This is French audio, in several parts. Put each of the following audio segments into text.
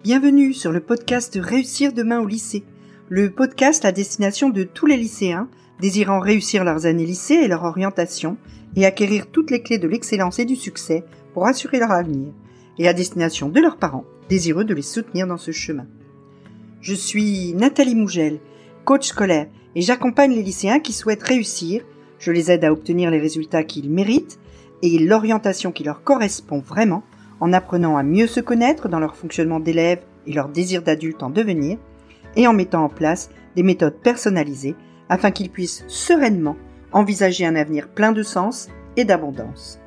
Bienvenue sur le podcast Réussir demain au lycée, le podcast à destination de tous les lycéens désirant réussir leurs années lycée et leur orientation et acquérir toutes les clés de l'excellence et du succès pour assurer leur avenir, et à destination de leurs parents désireux de les soutenir dans ce chemin. Je suis Nathalie Mougel, coach scolaire, et j'accompagne les lycéens qui souhaitent réussir. Je les aide à obtenir les résultats qu'ils méritent et l'orientation qui leur correspond vraiment, en apprenant à mieux se connaître dans leur fonctionnement d'élève et leur désir d'adulte en devenir, et en mettant en place des méthodes personnalisées afin qu'ils puissent sereinement envisager un avenir plein de sens et d'abondance.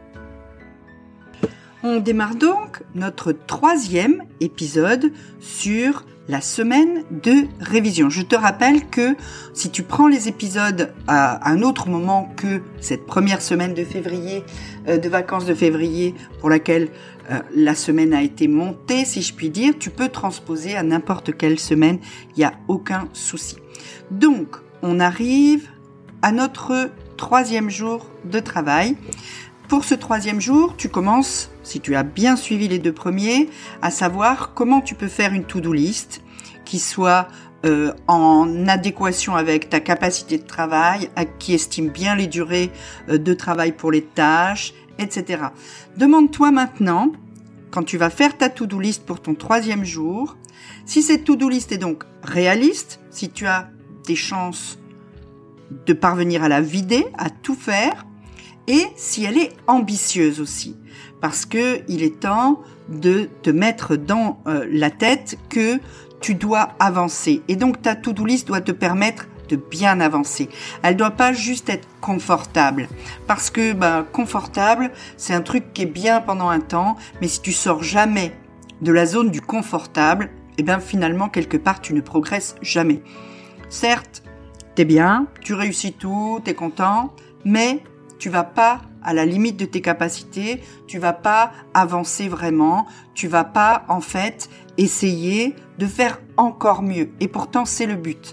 On démarre donc notre 3e épisode sur la semaine de révision. Je te rappelle que si tu prends les épisodes à un autre moment que cette première semaine de février, de vacances de février, pour laquelle la semaine a été montée, si je puis dire, tu peux transposer à n'importe quelle semaine, il n'y a aucun souci. Donc, on arrive à notre 3e jour de travail. Pour ce 3e jour, tu commences, si tu as bien suivi les 2 premiers, à savoir comment tu peux faire une to-do list qui soit en adéquation avec ta capacité de travail, qui estime bien les durées de travail pour les tâches, etc. Demande-toi maintenant, quand tu vas faire ta to-do list pour ton 3e jour, si cette to-do list est donc réaliste, si tu as des chances de parvenir à la vider, à tout faire, et si elle est ambitieuse aussi, parce que il est temps de te mettre dans la tête que tu dois avancer. Et donc ta to-do list doit te permettre de bien avancer. Elle doit pas juste être confortable, parce que confortable, c'est un truc qui est bien pendant un temps, mais si tu sors jamais de la zone du confortable, finalement quelque part tu ne progresses jamais. Certes, t'es bien, tu réussis tout, t'es content, mais tu vas pas à la limite de tes capacités, tu vas pas avancer vraiment, tu vas pas en fait essayer de faire encore mieux. Et pourtant, c'est le but.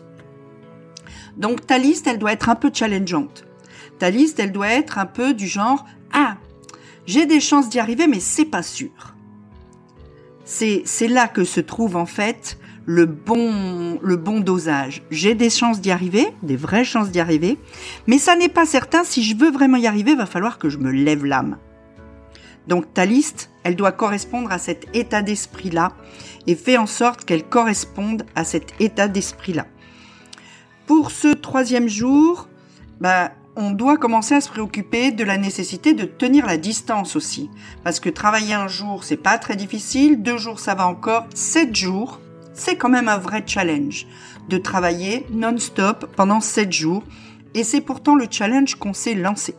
Donc ta liste, elle doit être un peu challengeante. Ta liste, elle doit être un peu du genre « Ah, j'ai des chances d'y arriver, mais c'est pas sûr. » C'est là que se trouve en fait le bon dosage. J'ai des chances d'y arriver, des vraies chances d'y arriver, mais ça n'est pas certain. Si je veux vraiment y arriver, il va falloir que je me lève l'âme. Donc ta liste, elle doit correspondre à cet état d'esprit-là et fais en sorte qu'elle corresponde à cet état d'esprit-là. Pour ce 3e jour, on doit commencer à se préoccuper de la nécessité de tenir la distance aussi. Parce que travailler un jour, c'est pas très difficile, 2 jours, ça va encore, 7 jours, c'est quand même un vrai challenge de travailler non-stop pendant 7 jours. Et c'est pourtant le challenge qu'on s'est lancé.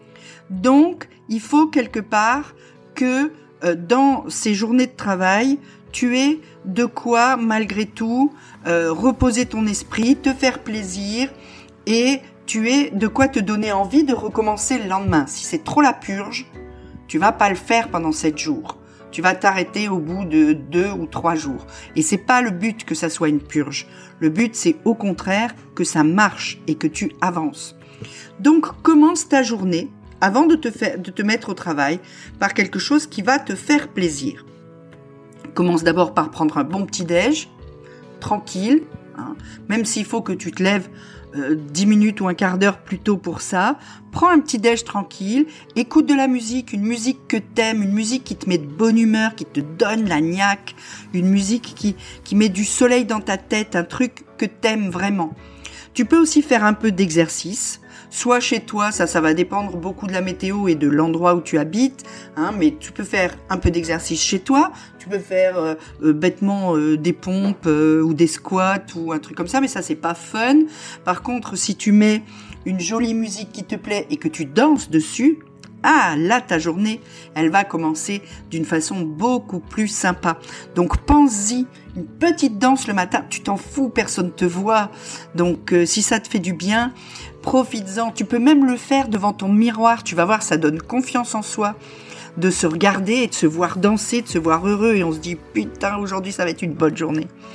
Donc, il faut quelque part que dans ces journées de travail, tu aies de quoi, malgré tout, reposer ton esprit, te faire plaisir et tu aies de quoi te donner envie de recommencer le lendemain. Si c'est trop la purge, tu vas pas le faire pendant 7 jours. Tu vas t'arrêter au bout de 2 ou 3 jours. Et c'est pas le but que ça soit une purge. Le but, c'est au contraire que ça marche et que tu avances. Donc, commence ta journée avant de te mettre au travail par quelque chose qui va te faire plaisir. Commence d'abord par prendre un bon petit déj, tranquille, même s'il faut que tu te lèves 10 minutes ou un quart d'heure plus tôt pour ça. Prends un petit déj tranquille, écoute de la musique, une musique que t'aimes, une musique qui te met de bonne humeur, qui te donne la niaque, une musique qui met du soleil dans ta tête, un truc que t'aimes vraiment. Tu peux aussi faire un peu d'exercice, soit chez toi, ça va dépendre beaucoup de la météo et de l'endroit où tu habites, mais tu peux faire un peu d'exercice chez toi, tu peux faire bêtement des pompes ou des squats ou un truc comme ça, mais ça c'est pas fun. Par contre, si tu mets une jolie musique qui te plaît et que tu danses dessus, là ta journée, elle va commencer d'une façon beaucoup plus sympa. Donc pense-y, une petite danse le matin, tu t'en fous, personne te voit. Donc si ça te fait du bien, profites-en. Tu peux même le faire devant ton miroir, tu vas voir, ça donne confiance en soi de se regarder et de se voir danser, de se voir heureux et on se dit putain, aujourd'hui ça va être une bonne journée.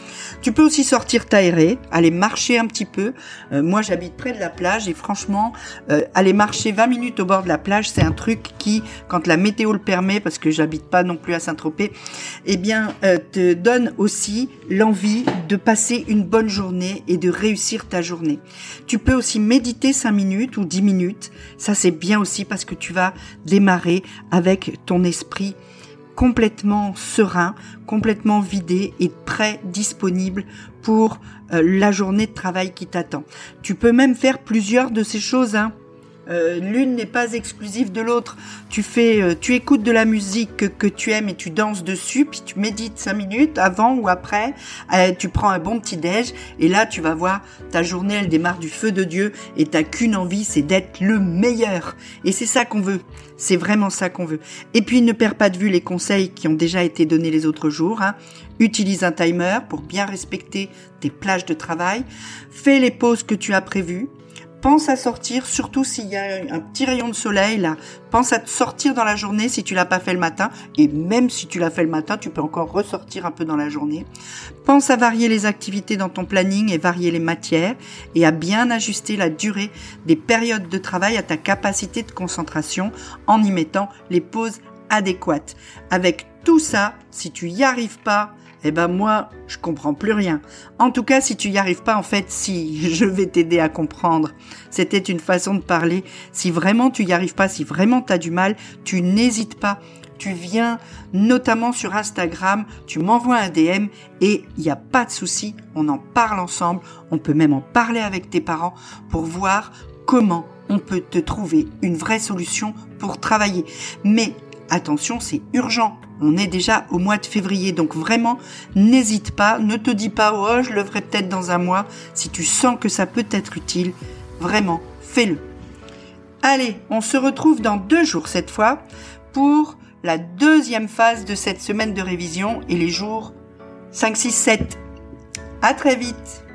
Tu peux aussi sortir t'aérer, aller marcher un petit peu. Moi, j'habite près de la plage et franchement, aller marcher 20 minutes au bord de la plage, c'est un truc qui, quand la météo le permet, parce que j'habite pas non plus à Saint-Tropez, eh bien, te donne aussi l'envie de passer une bonne journée et de réussir ta journée. Tu peux aussi méditer 5 minutes ou 10 minutes. Ça, c'est bien aussi parce que tu vas démarrer avec ton esprit complètement serein, complètement vidé et prêt, disponible pour la journée de travail qui t'attend. Tu peux même faire plusieurs de ces choses, hein. L'une n'est pas exclusive de l'autre. Tu écoutes de la musique que tu aimes et tu danses dessus, puis tu médites 5 minutes avant ou après. Tu prends un bon petit déj et là tu vas voir ta journée, elle démarre du feu de Dieu et t'as qu'une envie, c'est d'être le meilleur. Et c'est ça qu'on veut. C'est vraiment ça qu'on veut. Et puis ne perds pas de vue les conseils qui ont déjà été donnés les autres jours, hein. Utilise un timer pour bien respecter tes plages de travail. Fais les pauses que tu as prévues. Pense à sortir, surtout s'il y a un petit rayon de soleil là. Pense à te sortir dans la journée si tu l'as pas fait le matin. Et même si tu l'as fait le matin, tu peux encore ressortir un peu dans la journée. Pense à varier les activités dans ton planning et varier les matières. Et à bien ajuster la durée des périodes de travail à ta capacité de concentration en y mettant les pauses adéquates. Avec tout ça, si tu y arrives pas, eh ben moi, je comprends plus rien. En tout cas, si tu y arrives pas, en fait, si je vais t'aider à comprendre. C'était une façon de parler. Si vraiment tu y arrives pas, si vraiment t'as du mal, tu n'hésites pas. Tu viens notamment sur Instagram, tu m'envoies un DM et il n'y a pas de souci, on en parle ensemble. On peut même en parler avec tes parents pour voir comment on peut te trouver une vraie solution pour travailler. Mais attention, c'est urgent. On est déjà au mois de février, donc vraiment, n'hésite pas, ne te dis pas « Oh, je le ferai peut-être dans un mois ». Si tu sens que ça peut être utile, vraiment, fais-le. Allez, on se retrouve dans 2 jours cette fois pour la 2e phase de cette semaine de révision et les jours 5, 6, 7. À très vite.